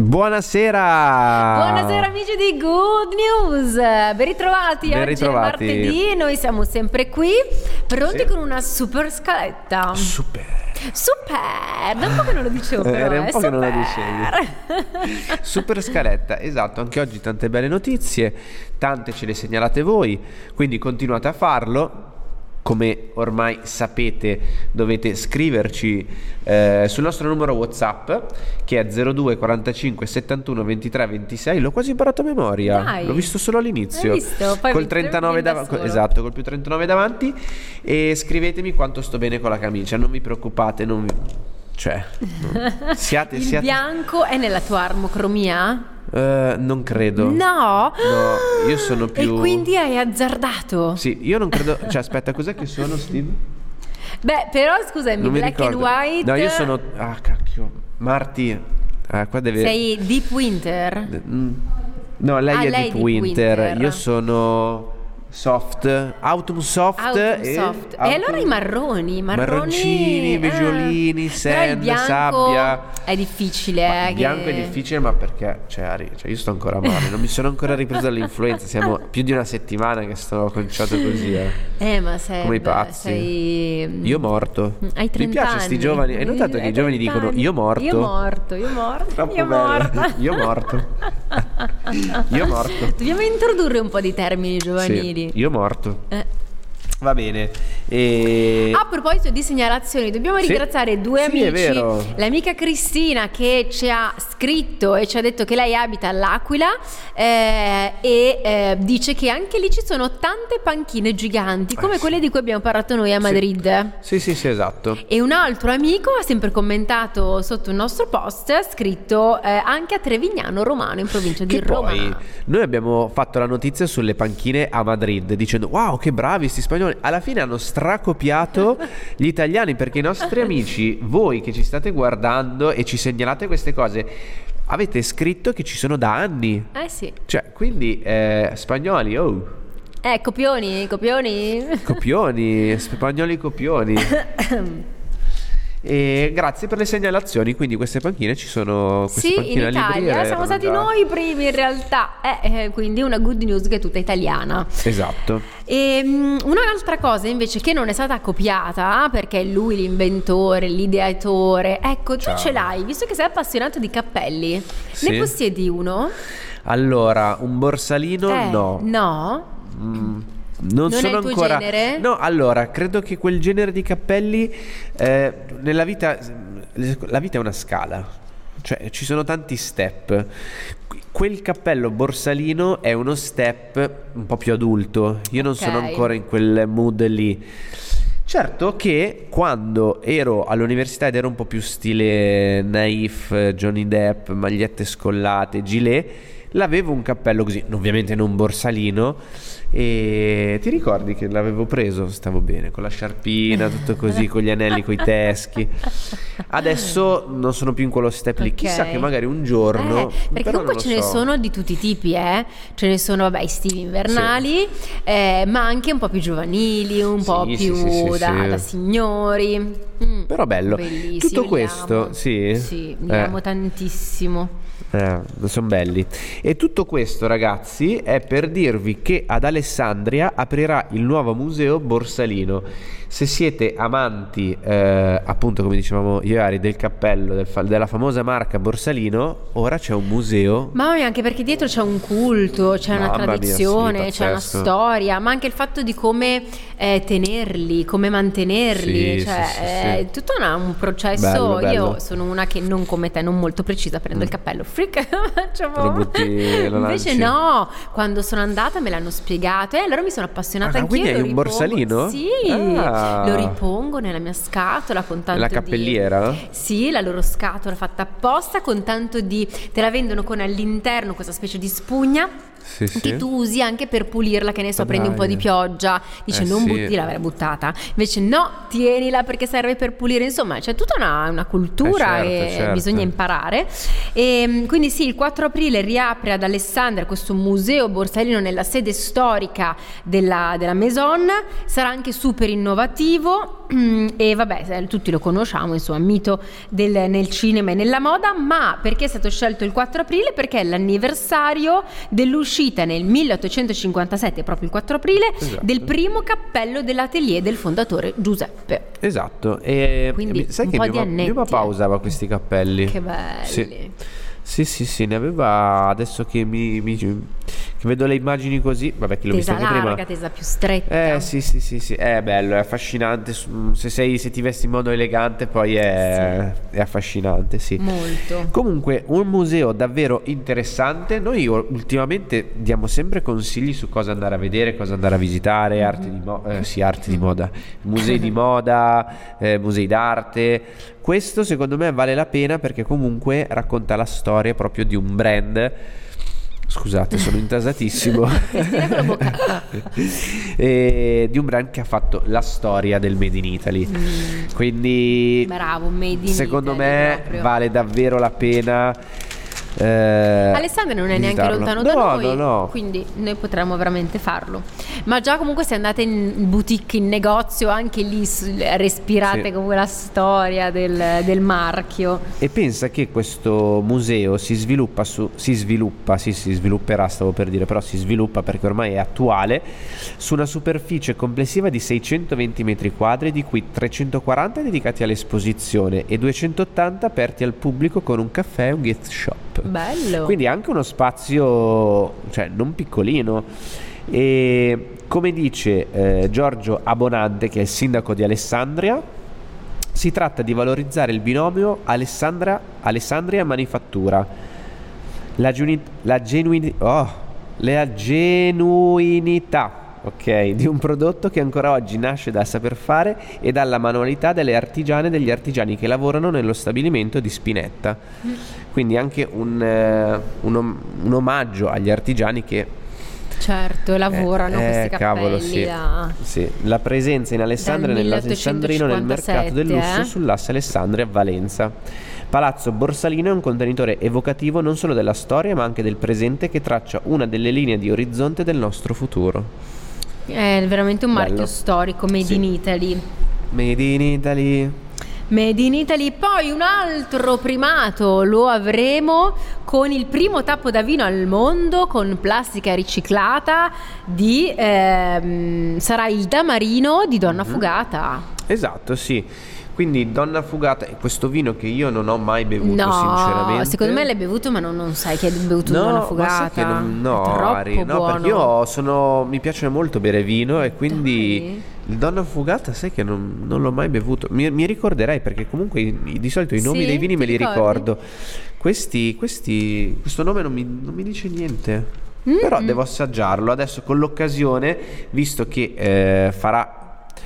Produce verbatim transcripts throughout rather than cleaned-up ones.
Buonasera! Buonasera amici di Good News, ben ritrovati, Ben oggi ritrovati. è martedì, noi siamo sempre qui, pronti Sì. con una super scaletta. Super! Super! Da un po' che non lo dicevo però, Era un eh, po' che non lo super. Super scaletta, esatto, anche oggi tante belle notizie, tante ce le segnalate voi, quindi continuate a farlo. Come ormai sapete, dovete scriverci eh, sul nostro numero WhatsApp che è zero due quarantacinque settantuno ventitré ventisei. L'ho quasi imparato a memoria. Dai. L'ho visto solo all'inizio. Hai visto? Poi col mi trentanove da davanti. solo. Esatto, col più trentanove davanti. E scrivetemi quanto sto bene con la camicia. Non vi preoccupate, non vi... Cioè, no. siate, Il siate... bianco è nella tua armocromia? Eh, non credo. No! No, io sono più... E quindi hai azzardato? Sì, io non credo... Cioè, aspetta, cos'è che sono, Steve? Beh, però scusami, Non mi black and ricordo. white. No, io sono... Ah, cacchio. Marti. Ah, qua deve... Sei Deep Winter? Mm. No, lei Ah, è lei Deep Deep Winter. Winter. Io sono... Soft. Autumn soft. Autumn e... soft. E autumn- allora i marroni, marroni Marroncini, eh. beggiolini, Però il sand, bianco sabbia. è difficile. Ma eh, il bianco che- è difficile, ma perché? Cioè, Ari, cioè, io sto ancora male, non mi sono ancora ripreso dall'influenza. Siamo più di una settimana che sto conciato così, eh. Eh, ma sei. Come i pazzi. Sei... Io morto. Hai Mi trenta piace sti anni. giovani. Hai notato che Hai i giovani trenta dicono anni. io morto? Io morto, io morto. Troppo io bello. morto. Io morto. Io morto. Dobbiamo introdurre un po' di termini giovanili. Sì, io morto. Eh. Va bene. E... A proposito di segnalazioni, dobbiamo Sì. ringraziare due Sì, è amici. vero. L'amica Cristina che ci ha scritto e ci ha detto che lei abita all'Aquila eh, e eh, dice che anche lì ci sono tante panchine giganti, come Eh, sì. quelle di cui abbiamo parlato noi a Madrid. Sì, sì, sì, esatto. E un altro amico ha sempre commentato sotto il nostro post, ha scritto eh, anche a Trevignano Romano in provincia di Che Roma. poi noi abbiamo fatto la notizia sulle panchine a Madrid dicendo wow che bravi sti spagnoli, alla fine hanno stracopiato gli italiani, perché i nostri amici, voi che ci state guardando e ci segnalate queste cose, avete scritto che ci sono da anni, Eh sì. cioè quindi eh, spagnoli, oh, Eh, copioni, copioni. copioni, spagnoli copioni. E grazie per le segnalazioni, quindi queste panchine ci sono, queste Sì, in panchine a Italia Libri siamo erano stati già- noi i primi in realtà, eh, eh, quindi una good news che è tutta italiana. Esatto. E um, un'altra cosa invece che non è stata copiata, perché è lui l'inventore, l'ideatore, ecco, tu Ciao. ce l'hai, visto che sei appassionato di cappelli, Sì. ne possiedi uno? Allora, un borsalino Eh, no. No? Mm, non, Non è sono il tuo ancora. genere? No, allora, credo che quel genere di cappelli eh, nella vita, la vita è una scala, cioè ci sono tanti step. Quel cappello borsalino è uno step un po' più adulto. Io non Ok. sono ancora in quel mood lì. Certo che quando ero all'università ed ero un po' più stile naif, Johnny Depp, magliette scollate, gilet, l'avevo un cappello così, ovviamente non borsalino. E ti ricordi che l'avevo preso? Stavo bene, con la sciarpina, tutto così, con gli anelli, coi teschi. Adesso non sono più in quello step lì. Ok. Chissà che magari un giorno. Eh, perché però comunque non ce lo ne so. sono di tutti i tipi, eh? Ce ne sono, vabbè, estivi invernali, eh, ma anche un po' più giovanili, un Sì, po' sì, più sì, sì, da, sì. da signori. Mm, Però bello. bellissimi, Tutto li questo, amo. sì? Sì, li Eh. amo tantissimo. Eh, sono belli. E tutto questo, ragazzi, è per dirvi che ad Alessandria aprirà il nuovo museo Borsalino. Se siete amanti, eh, appunto, come dicevamo io e Ari, del cappello del fa- della famosa marca Borsalino, ora c'è un museo. Mamma mia, anche perché dietro c'è un culto, c'è una Mamma mia, tradizione, sì, c'è una pazzesco. storia, ma anche il fatto di come eh, tenerli, come mantenerli, Sì, cioè sì, sì, è sì. tutto una- un processo. Bello, bello. Io sono una che non come te, non molto precisa, prendo il cappello, freak, facciamo. Lo butti, lo Invece lanci. no, quando sono andata me l'hanno spiegato e allora mi sono appassionata Ah, anch'io. quindi lo hai un ripongo- borsalino? Sì, Ah. lo ripongo nella mia scatola con tanto La di- cappelliera? Sì, la loro scatola fatta apposta con tanto di... te la vendono con all'interno questa specie di spugna Sì, sì. che tu usi anche per pulirla, che ne so, Ah, prendi un po' dai. di pioggia, dice Eh, non sì. buttila, verrà buttata, invece no, tienila perché serve per pulire, insomma c'è tutta una, una cultura Eh, certo, e certo. bisogna imparare. E quindi sì, il quattro aprile riapre ad Alessandria questo museo Borsalino nella sede storica della, della Maison, sarà anche super innovativo e vabbè, tutti lo conosciamo, insomma, mito del, nel cinema e nella moda. Ma perché è stato scelto il quattro aprile? Perché è l'anniversario dell'uscita nel milleottocentocinquantasette, proprio il quattro aprile, esatto, del primo cappello dell'atelier del fondatore Giuseppe. Esatto, e quindi sai un che po' mio, di pa- annetti, mio papà eh. usava questi cappelli. Che belli. Sì. Sì, sì, sì, ne aveva. Adesso che mi, mi- che vedo le immagini così, vabbè, che l'ho Tesa vista anche larga, prima. tesa più stretta. Eh sì, sì, sì, sì, è bello, è affascinante. Se sei, se ti vesti in modo elegante, poi è, è affascinante, sì. Molto. Comunque, un museo davvero interessante. Noi o- ultimamente diamo sempre consigli su cosa andare a vedere, cosa andare a visitare, Mm-hmm. arti di mo- eh, sì, arti di moda, musei di moda, eh, musei d'arte. Questo secondo me vale la pena perché comunque racconta la storia proprio di un brand. Scusate, sono intasatissimo. Respira con la bocca. E di un brand che ha fatto la storia del Made in Italy. Mm. Quindi Bravo, Made in secondo Italy, me proprio. vale davvero la pena. eh, Alessandria non è neanche visitarlo. lontano no, da noi, no, no. quindi noi potremmo veramente farlo. Ma già comunque se andate in boutique, in negozio, anche lì s- respirate Sì. comunque la storia del, del marchio. E pensa che questo museo si sviluppa su, si sviluppa, sì, si svilupperà, stavo per dire, però si sviluppa perché ormai è attuale, su una superficie complessiva di seicentoventi metri quadri, di cui trecentoquaranta dedicati all'esposizione e duecentottanta aperti al pubblico con un caffè e un gift shop. Bello. Quindi anche uno spazio, cioè non piccolino. E come dice eh, Giorgio Abonante, che è il sindaco di Alessandria, si tratta di valorizzare il binomio Alessandra, Alessandria Manifattura, la, giuni- la, genuini- oh, la genuinità ok, di un prodotto che ancora oggi nasce dal saper fare e dalla manualità delle artigiane e degli artigiani che lavorano nello stabilimento di Spinetta. Mm. Quindi anche un, eh, un, om- un omaggio agli artigiani che Certo, lavorano eh, questi eh, cappelli cavolo, sì. da... Sì, la presenza in Alessandria Dal e nell'Alessandrino nel mercato del lusso eh? sull'asse Alessandria-Valenza. Palazzo Borsalino è un contenitore evocativo non solo della storia ma anche del presente, che traccia una delle linee di orizzonte del nostro futuro. È veramente un marchio Bello. storico, Made Sì. in Italy. Made in Italy. Made in Italy. Poi un altro primato lo avremo con il primo tappo da vino al mondo con plastica riciclata di ehm, sarà il Damarino di Donna Fugata. Esatto, sì. Quindi Donna Fugata, questo vino che io non ho mai bevuto, No, sinceramente. secondo me l'hai bevuto, ma non, non sai che hai bevuto No, Donna ma Fugata. sai che non- no, È troppo Ari, no, buono. perché io sono, mi piace molto bere vino e quindi Dai. il Donna Fugata sai che non, non l'ho mai bevuto. Mi, mi ricorderei perché comunque i- di solito i nomi Sì, dei vini ti me li ricordi? ricordo. Questi, questi, questo nome non mi, non mi dice niente. Mm. Però devo assaggiarlo adesso con l'occasione, visto che eh, farà.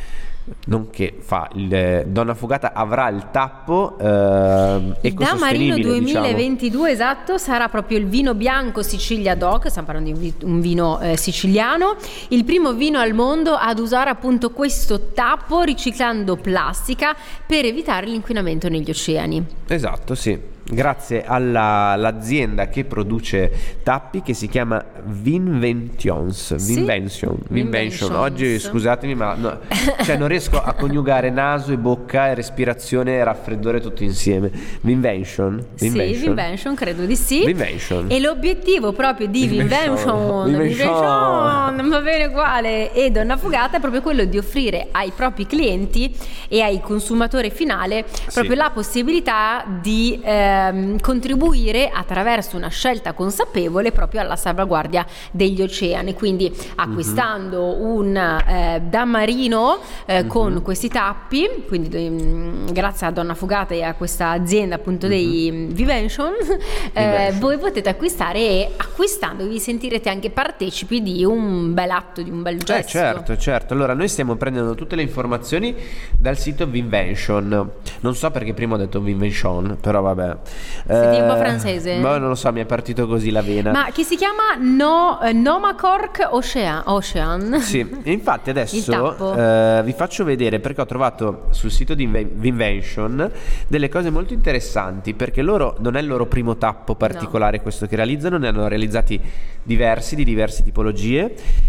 Non che fa il eh, Donna Fugata avrà il tappo eh, Il Damarino ecosostenibile, diciamo. duemilaventidue, esatto, sarà proprio il vino bianco Sicilia DOC, stiamo parlando di un vi- un vino eh, siciliano, il primo vino al mondo ad usare appunto questo tappo riciclando plastica per evitare l'inquinamento negli oceani. Esatto, sì. Grazie alla, all'azienda che produce tappi, che si chiama Vinventions. Sì, Vinvention. Vinvention. Vinventions. Oggi scusatemi, ma no, cioè non riesco a coniugare naso e bocca e respirazione e raffreddore tutto insieme. Vinvention. Sì, Vinvention, credo di sì. Vinvention. E l'obiettivo proprio di Vinvention. Vinvention, Vinvention. Vinvention, va bene quale, e Donna Fugata è proprio quello di offrire ai propri clienti e ai consumatori finale proprio Sì. la possibilità di ehm, contribuire attraverso una scelta consapevole proprio alla salvaguardia degli oceani. Quindi acquistando Mhm. un eh, Damarino eh, con questi tappi, quindi ehm, grazie a Donna Fugata e a questa azienda appunto dei mm, Vivention, eh, Vivention. voi potete acquistare, e acquistando vi sentirete anche partecipi di un bel atto, di un bel Eh gesto. certo, certo. Allora noi stiamo prendendo tutte le informazioni dal sito Vinvention. Non so perché prima ho detto Vinvention, però vabbè. Sei un po' francese? Ma non lo so, mi è partito così la vena. Ma che si chiama no, eh, Nomacork Ocean, Ocean. Sì, e infatti Il adesso tappo. eh, vi faccio vedere, perché ho trovato sul sito di Inve- Vinvention delle cose molto interessanti, perché loro non è il loro primo tappo particolare questo che realizzano, ne hanno realizzati diversi di diverse tipologie,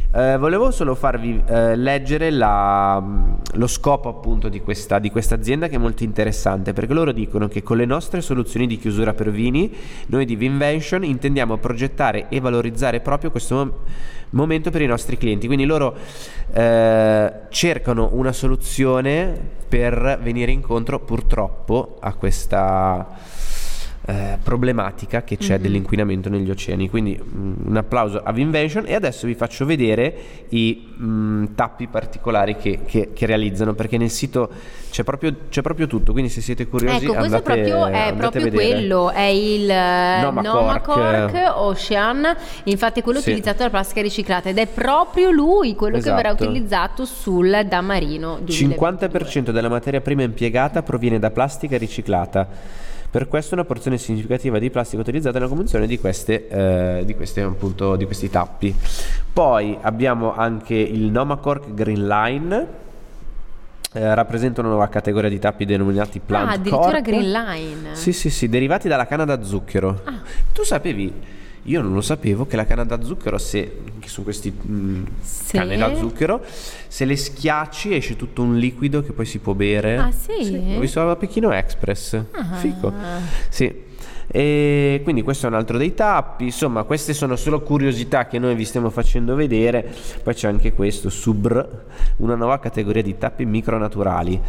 Eh, volevo solo farvi eh, leggere la, lo scopo appunto di questa, di questa azienda, che è molto interessante, perché loro dicono che con le nostre soluzioni di chiusura per vini noi di Vinvention intendiamo progettare e valorizzare proprio questo mom- momento per i nostri clienti. Quindi loro eh, cercano una soluzione per venire incontro purtroppo a questa Eh, problematica che c'è mm-hmm. dell'inquinamento negli oceani. Quindi mh, un applauso a Vinvention. E adesso vi faccio vedere i mh, tappi particolari che, che, che realizzano, perché nel sito c'è proprio, c'è proprio tutto, quindi se siete curiosi ecco, questo andate, proprio è andate proprio a vedere. quello è il Noma Noma Cork. Cork Ocean, infatti quello Sì. utilizzato la plastica riciclata, ed è proprio lui quello Esatto. che verrà utilizzato sul Damarino duemilaventidue. cinquanta per cento della materia prima impiegata proviene da plastica riciclata. Per questo una porzione significativa di plastica utilizzata nella combustione di queste, eh, di queste appunto di questi tappi. Poi abbiamo anche il Noma Cork Green Line, eh, rappresenta una nuova categoria di tappi denominati plant ah, addirittura cork. Green Line. Sì, sì, sì, derivati dalla canna da zucchero. Ah. Tu sapevi? Io non lo sapevo che la canna da zucchero, se che sono questi mh, Sì. canne da zucchero, se le schiacci esce tutto un liquido che poi si può bere. Ah, sì? L'ho visto a Pechino Express. Ah. Fico. Sì. E quindi questo è un altro dei tappi. Insomma, queste sono solo curiosità che noi vi stiamo facendo vedere. Poi c'è anche questo Subr, una nuova categoria di tappi micronaturali.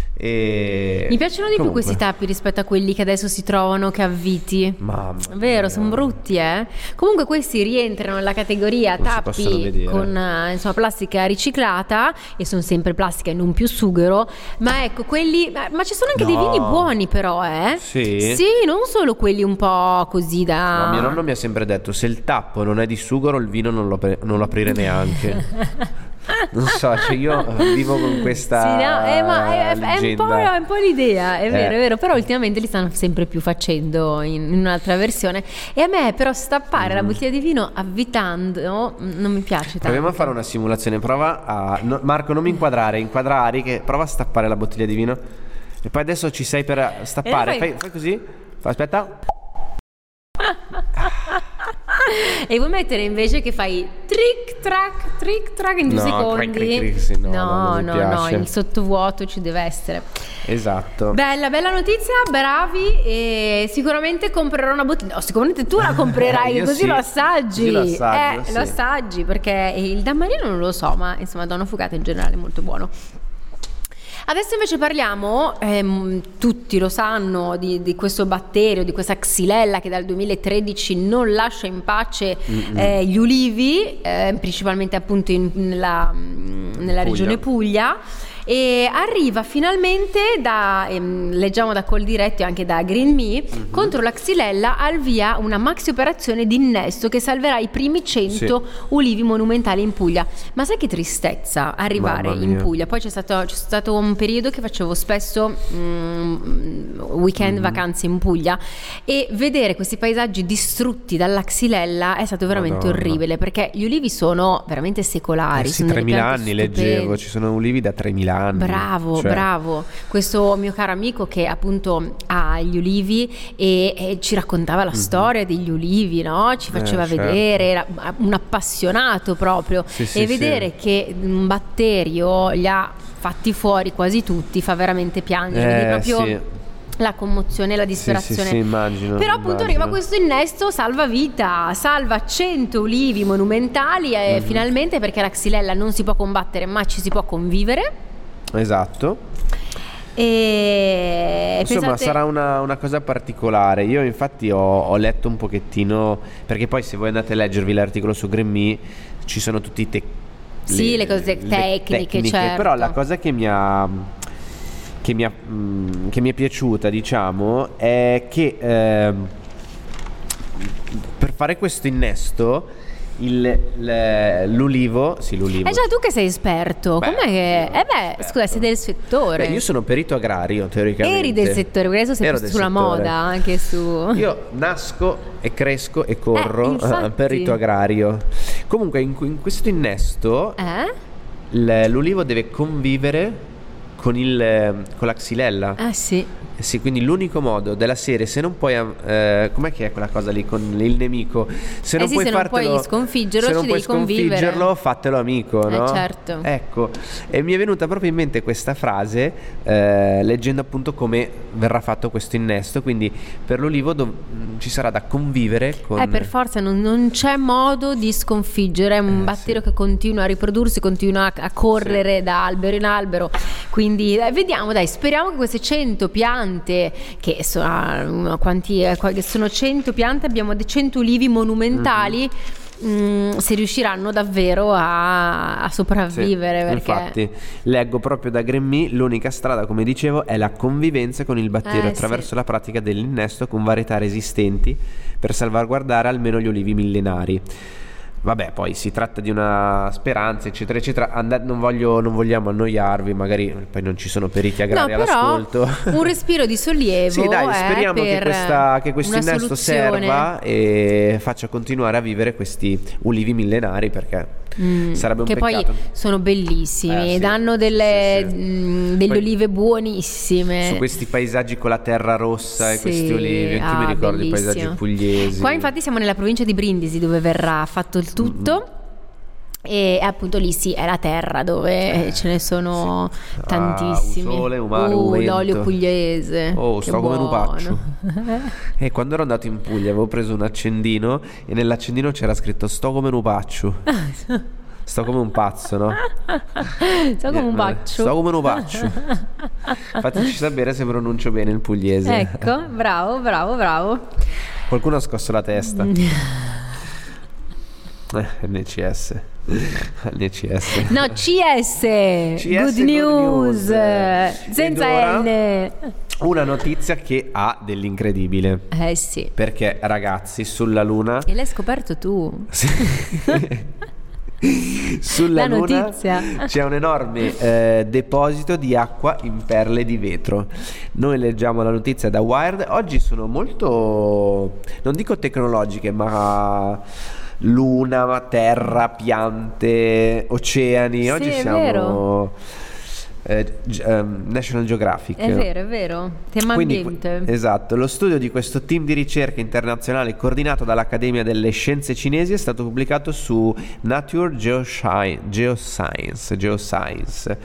E Mi piacciono di comunque, più questi tappi rispetto a quelli che adesso si trovano caviti. mamma Vero, mia. sono brutti, eh. Comunque questi rientrano nella categoria Non si possono tappi vedere. con eh, insomma plastica riciclata, e sono sempre plastica e non più sughero. Ma ecco, quelli ma, ma ci sono anche dei No. vini buoni però, eh. Sì? Sì, non solo quelli un po' così da No, mio nonno mi ha sempre detto: se il tappo non è di sughero, il vino non lo, apre- non lo aprire neanche. Non so, cioè io vivo con questa Sì, no, eh, ma è, è un leggenda. po', è un po' l'idea, è vero, Eh. è vero, però ultimamente li stanno sempre più facendo in, in un'altra versione. E a me però stappare Mm. la bottiglia di vino avvitando mm, non mi piace tanto. Proviamo a fare una simulazione. Prova a no, Marco, non mi inquadrare, inquadrare che prova a stappare la bottiglia di vino. E poi adesso ci sei per stappare. Eh, fai- Fai, fai così. Fa- Aspetta. E vuoi mettere invece che fai trick track trick track in due No, secondi? cric, cric, cric, sì, no, no, no, non mi no, piace. il sottovuoto ci deve essere. Esatto. Bella, bella notizia, bravi. E sicuramente comprerò una bottiglia. No, sicuramente tu la comprerai, Io così sì, lo assaggi. così lo assaggio, eh, sì. lo assaggi, perché il Damarino non lo so, ma insomma, Donna Fugata in generale è molto buono. Adesso invece parliamo, ehm, tutti lo sanno, di, di questo batterio, di questa xylella che dal duemilatredici non lascia in pace eh, gli ulivi, eh, principalmente appunto in, nella, nella Puglia. regione Puglia. E arriva finalmente da, ehm, leggiamo da Coldiretti e anche da Green Me, Mm-hmm. contro la xylella al via una maxi operazione di innesto che salverà i primi cento Sì. ulivi monumentali in Puglia. Ma sai che tristezza arrivare Mamma in mia. Puglia? Poi c'è stato, c'è stato un periodo che facevo spesso mm, weekend, Mm-hmm. vacanze in Puglia, e vedere questi paesaggi distrutti dalla xylella è stato veramente Madonna. orribile, perché gli ulivi sono veramente secolari. Eh sì, sono delle tremila piante anni stupende. leggevo, ci sono ulivi da tremila anni. Bravo, Cioè, bravo. Questo mio caro amico che appunto ha gli ulivi e, e ci raccontava la storia degli ulivi, no? Ci faceva Eh, certo. vedere, era un appassionato proprio. Sì, sì, e sì. vedere che un batterio li ha fatti fuori quasi tutti fa veramente piangere. Vedi Eh, proprio sì. la commozione, la Sì, disperazione. sì, sì, immagino. Però appunto immagino. arriva questo innesto salvavita, salva cento ulivi monumentali e Mhm. finalmente, perché la xylella non si può combattere ma ci si può convivere. Esatto. E Insomma, pensate- sarà una, una cosa particolare. Io infatti ho, ho letto un pochettino, perché poi se voi andate a leggervi l'articolo su Green Me ci sono tutti i tec- Sì, le cose tecniche, certo. Però la cosa che mi ha che mi, ha, mh, che mi è piaciuta, diciamo, è che ehm, per fare questo innesto il, le- l'ulivo, sì, l'ulivo. Eh già, tu che sei esperto, Beh, com'è che... sì, Eh beh, esperto. scusa, sei del settore. Beh, io sono perito agrario, teoricamente. Eri del settore, perché adesso sei Ero posto del sulla settore. moda, anche su... Io nasco e cresco e corro Eh, infatti. eh, per rito agrario. Comunque in, in questo innesto Eh? l- l'ulivo deve convivere con, il, con la xylella. Ah sì. Sì, quindi l'unico modo della serie, se non puoi eh, com'è che è quella cosa lì con il nemico, se non eh sì, puoi se non fartelo, puoi sconfiggerlo, se non ci puoi devi convivere. sconfiggerlo, fatelo amico, no? Eh, certo. Ecco, e mi è venuta proprio in mente questa frase eh, leggendo appunto come verrà fatto questo innesto, quindi per l'ulivo dov- ci sarà da convivere con... Eh, per forza, non, non c'è modo di sconfiggere, è un Eh, batterio sì. che continua a riprodursi, continua a, a correre Sì. da albero in albero, quindi eh, vediamo, dai, speriamo che queste cento piante, che sono, quanti, eh, qua- che sono cento piante, abbiamo dei cento ulivi monumentali, mm, si riusciranno davvero a, a sopravvivere, Sì, perché... infatti leggo proprio da Gremmy, l'unica strada, come dicevo, è la convivenza con il batterio Eh, attraverso sì. la pratica dell'innesto con varietà resistenti per salvaguardare almeno gli olivi millenari. Vabbè, poi si tratta di una speranza, eccetera, eccetera. And- non, voglio, non vogliamo annoiarvi, magari poi non ci sono periti agrari No, però all'ascolto. un respiro di sollievo. Sì, dai, eh, speriamo che, per questa, che questo una innesto soluzione. serva e faccia continuare a vivere questi ulivi millenari, perché Mm, sarebbe un che peccato. poi sono bellissimi, Eh, sì. danno delle, Sì, sì, sì. mm, delle Poi- olive buonissime. Su questi paesaggi con la terra rossa e Sì, questi olivi, anche io mi ah, ricordo i bellissimo. paesaggi pugliesi. Qua infatti siamo nella provincia di Brindisi, dove verrà fatto il tutto. E appunto lì sì, è la terra dove ce ne sono sì. tantissimi. Ah, un sole, un mare, uh, un vento. l'olio pugliese. Oh, che sto come un buono. pupaccio. E quando ero andato in Puglia avevo preso un accendino e nell'accendino c'era scritto sto come un pupaccio. Sto come un pazzo, no? Sto come un Eh, paccio. Sto come un paccio. Fateci sapere se pronuncio bene il pugliese. Ecco, bravo, bravo, bravo. Qualcuno ha scosso la testa. Eh, N C S. N C S. No, C S, C S good Good news, News. senza Ed ora- N. Una notizia che ha dell'incredibile. Eh sì. Perché ragazzi, sulla Luna E l'hai scoperto tu. sulla La Luna notizia. c'è un enorme eh, deposito di acqua in perle di vetro. Noi leggiamo la notizia da Wired. Oggi sono molto, non dico tecnologiche, ma luna, terra, piante, oceani. Oggi Sì, è siamo vero. eh, G- ehm, National Geographic. È vero, è vero. Tema Quindi, ambiente. esatto, lo studio di questo team di ricerca internazionale coordinato dall'Accademia delle Scienze Cinesi è stato pubblicato su Nature Geosci- Geoscience, Geoscience.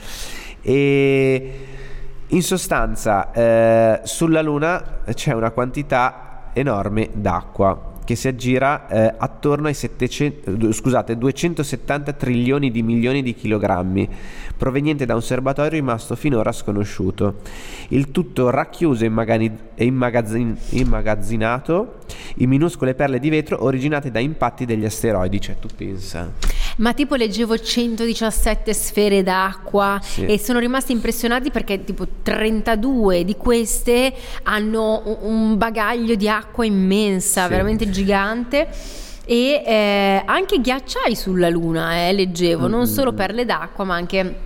E in sostanza eh, sulla Luna c'è una quantità enorme d'acqua che si aggira eh, attorno ai settecento, scusate, duecentosettanta trilioni di milioni di chilogrammi, proveniente da un serbatoio rimasto finora sconosciuto. Il tutto racchiuso e immagani- e immagazzin- immagazzinato in minuscole perle di vetro originate da impatti degli asteroidi. Cioè, tu pensa. Ma tipo leggevo centodiciassette sfere d'acqua Sì. e sono rimasti impressionati perché tipo trentadue di queste hanno un- un bagaglio di acqua immensa, Sì. veramente gigante. E eh, anche ghiacciai sulla Luna, eh, leggevo, non solo perle d'acqua ma anche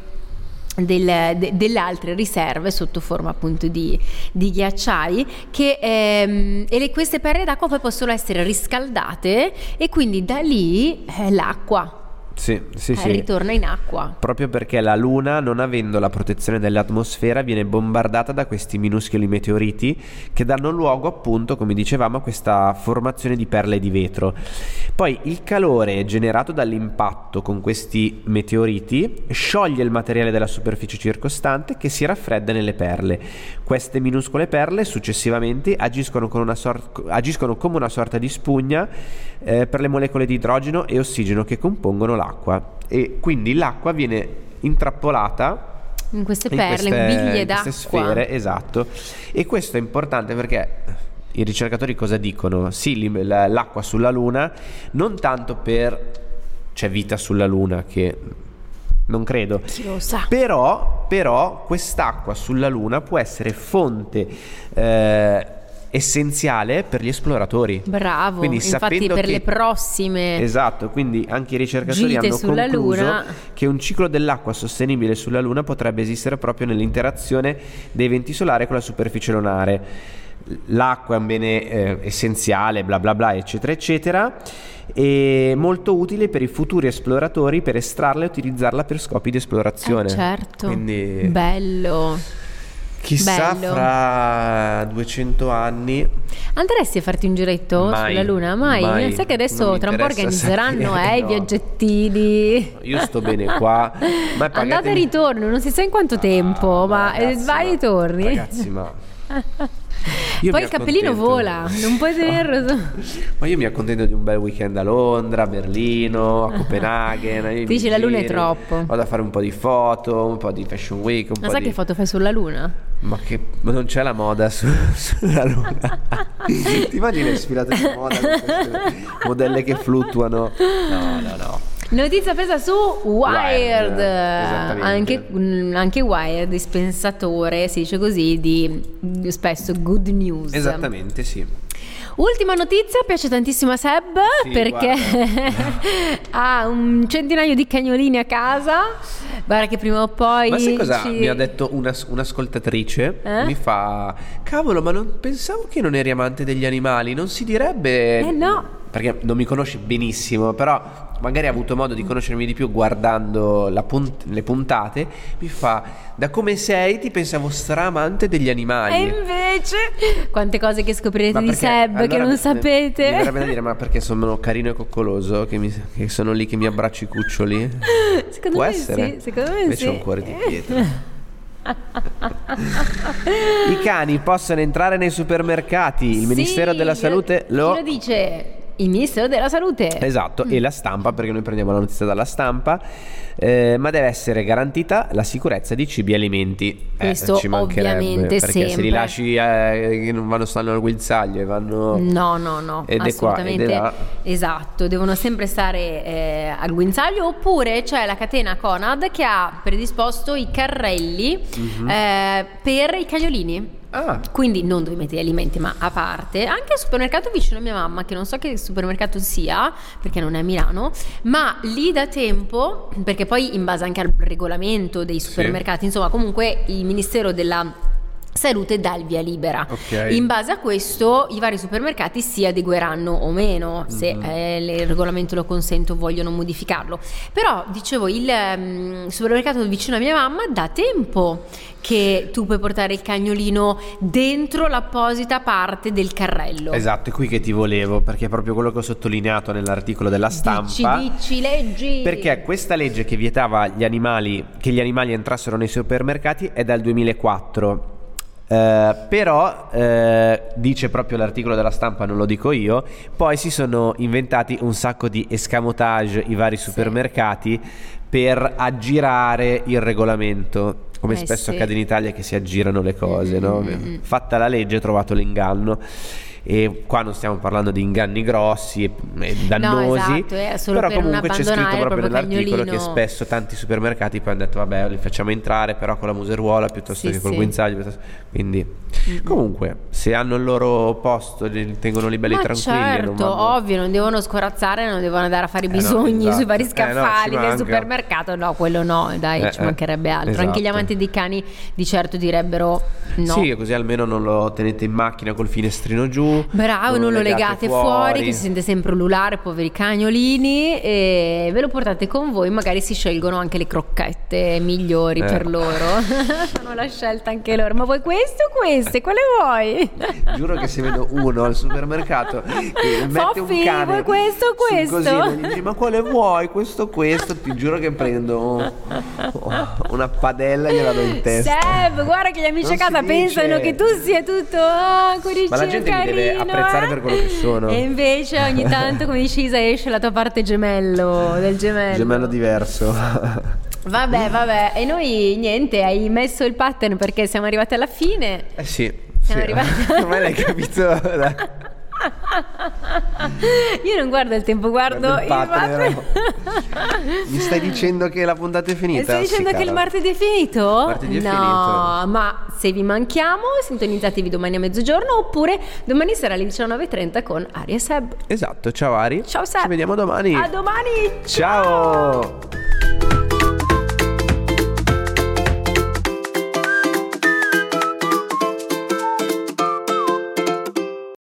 del- de- delle altre riserve sotto forma appunto di, di ghiacciai che ehm, e le- queste perle d'acqua poi possono essere riscaldate e quindi da lì eh, l'acqua Sì, sì, eh, sì. ritorna in acqua. Proprio perché la Luna, non avendo la protezione dell'atmosfera, viene bombardata da questi minuscoli meteoriti che danno luogo, appunto, come dicevamo, a questa formazione di perle di vetro. Poi il calore generato dall'impatto con questi meteoriti scioglie il materiale della superficie circostante che si raffredda nelle perle. Queste minuscole perle successivamente agiscono, con una sor- agiscono come una sorta di spugna eh, per le molecole di idrogeno e ossigeno che compongono l'acqua, e quindi l'acqua viene intrappolata In queste in perle, queste, in biglie in queste d'acqua. sfere, esatto. E questo è importante perché i ricercatori cosa dicono? Sì, l'im- la- l'acqua sulla Luna non tanto per c'è vita sulla Luna, che non credo, Chi lo sa? però, però quest'acqua sulla Luna può essere fonte eh, essenziale per gli esploratori. Bravo, Quindi, infatti sapendo per che- le prossime Esatto, quindi anche i ricercatori gite hanno sulla concluso Luna. che un ciclo dell'acqua sostenibile sulla Luna potrebbe esistere proprio nell'interazione dei venti solari con la superficie lunare. L'acqua è un bene eh, essenziale, bla bla bla, eccetera eccetera, e molto utile per i futuri esploratori per estrarla e utilizzarla per scopi di esplorazione. Eh, certo. Quindi bello. Chissà, Bello. fra duecento anni. Andresti a farti un giretto Mai, sulla Luna? Mai? mai. Sai che Non adesso mi tra un po' interessa organizzeranno sapere, eh, i no. viaggettini. Io sto bene qua. Ma Andate e pagatemi- ritorno, non si sa in quanto Ah, tempo, ma eh, ragazzi, vai ma- e torni. Ragazzi, ma io Poi mi il cappellino accontento- vola, non puoi tenerlo. Ma io mi accontento di un bel weekend a Londra, a Berlino, a Copenaghen. io mi Dici, la Luna è giro, troppo. Vado a fare un po' di foto, un po' di fashion week, un Ma po' sai di... che foto fai sulla Luna? Ma che ma non c'è la moda su- sulla Luna. Ti immagini le sfilate di moda con queste modelle che fluttuano? No, no, no. Notizia presa su Wired, Wired, esattamente. anche, mm, anche Wired, dispensatore, si dice così, di mm, spesso good news. Esattamente, sì. Ultima notizia, piace tantissimo a Seb Sì, perché ha un centinaio di cagnolini a casa. Guarda che prima o poi Ma sai cosa ci- mi ha detto una- un'ascoltatrice? Eh? Mi fa: cavolo, ma non pensavo che non eri amante degli animali. Non si direbbe. Eh no. Perché non mi conosci benissimo, però magari ha avuto modo di conoscermi di più guardando la punt- le puntate. Mi fa: da come sei ti pensavo stramante degli animali. E invece quante cose che scoprirete Ma di perché- Seb che allora non mi- sapete. Mi verrebbe da dire: ma perché sono carino e coccoloso? Che, mi- che sono lì che mi abbraccio i cuccioli? Secondo Può me essere? sì, secondo me Invece sì. ho un cuore di pietra. I cani possono entrare nei supermercati. Il Sì, Ministero della Salute chi lo... lo dice? Il Ministero della Salute. Esatto, e la stampa, perché noi prendiamo la notizia dalla stampa, eh, ma deve essere garantita la sicurezza di cibi e alimenti. Eh, Questo ci mancherebbe, ovviamente perché se li sempre. lasci eh, che non vanno stanno al guinzaglio e vanno... No, no, no, Ed è qua, ed assolutamente. è là. Esatto, devono sempre stare eh, al guinzaglio, oppure c'è la catena Conad che ha predisposto i carrelli Mhm. eh, per i cagnolini. Ah, Quindi non dove mettere gli alimenti, ma a parte. Anche al supermercato vicino a mia mamma, che non so che supermercato sia, perché non è a Milano, ma lì da tempo, perché poi in base anche al regolamento dei supermercati, insomma, comunque il Ministero della Salute dà il via libera. Ok. In base a questo i vari supermercati si adegueranno o meno, se Mhm. eh, il regolamento lo consente o vogliono modificarlo. Però dicevo, il ehm, supermercato vicino a mia mamma da tempo che tu puoi portare il cagnolino dentro l'apposita parte del carrello. esatto, è qui che ti volevo, perché è proprio quello che ho sottolineato nell'articolo della stampa. Dici, dici, leggi. Perché questa legge che vietava gli animali, che gli animali entrassero nei supermercati è dal duemilaquattro. Eh, però eh, dice proprio l'articolo della stampa, non lo dico io, poi si sono inventati un sacco di escamotage i vari supermercati per aggirare il regolamento, come Eh, spesso sì. accade in Italia, che si aggirano le cose, no? Mm, mm, mm. Fatta la legge, trovato l'inganno. E qua non stiamo parlando di inganni grossi e, e dannosi, esatto, è solo però per non comunque c'è scritto abbandonare il proprio proprio nell'articolo cagnolino. che spesso tanti supermercati poi hanno detto vabbè li facciamo entrare però con la museruola piuttosto Sì, che col sì. guinzaglio piuttosto- quindi comunque se hanno il loro posto li tengono lì belli Ma tranquilli, certo, non vanno... ovvio, non devono scorazzare, non devono andare a fare i no, bisogni esatto. sui vari Eh, no, ci scaffali del manca. supermercato. No, quello no, dai, Eh, ci eh, mancherebbe altro. Anche esatto. gli amanti dei cani di certo direbbero no. Sì, così almeno non lo tenete in macchina col finestrino giù. Bravo, non lo legate fuori, che si sente sempre ululare, poveri cagnolini, e ve lo portate con voi, magari si scelgono anche le crocchette migliori Eh. per loro. Fanno la scelta anche loro. Ma vuoi questo o queste? Quale vuoi? Giuro che se vedo uno al supermercato che mette un Foffi, cane vuoi questo o sul questo? cosino e gli dici ma quale vuoi, questo o questo, ti giuro che prendo una padella e gliela do in testa. Seb, guarda che gli amici Non a casa si dice. pensano che tu sia tutto ah, cuoricino Ma la gente mi deve carino, apprezzare eh? per quello che sono. E invece ogni tanto, come dice Isa, esce la tua parte gemello del gemello. Gemello diverso. Vabbè, vabbè, e noi niente, hai messo il pattern perché siamo arrivati alla fine. Eh sì, Siamo sì. arrivati- Ormai l'hai capito. Io non guardo il tempo, guardo Guarda il il pattern. pattern. Mi stai dicendo che la puntata è finita? Stai dicendo Sì, che il cara. martedì è finito? Martedì è no, finito. ma se vi manchiamo, sintonizzatevi domani a mezzogiorno oppure domani sera alle diciannove e trenta con Aria e Seb. Esatto, ciao Ari. Ciao Seb. Ci vediamo domani. A domani. Ciao.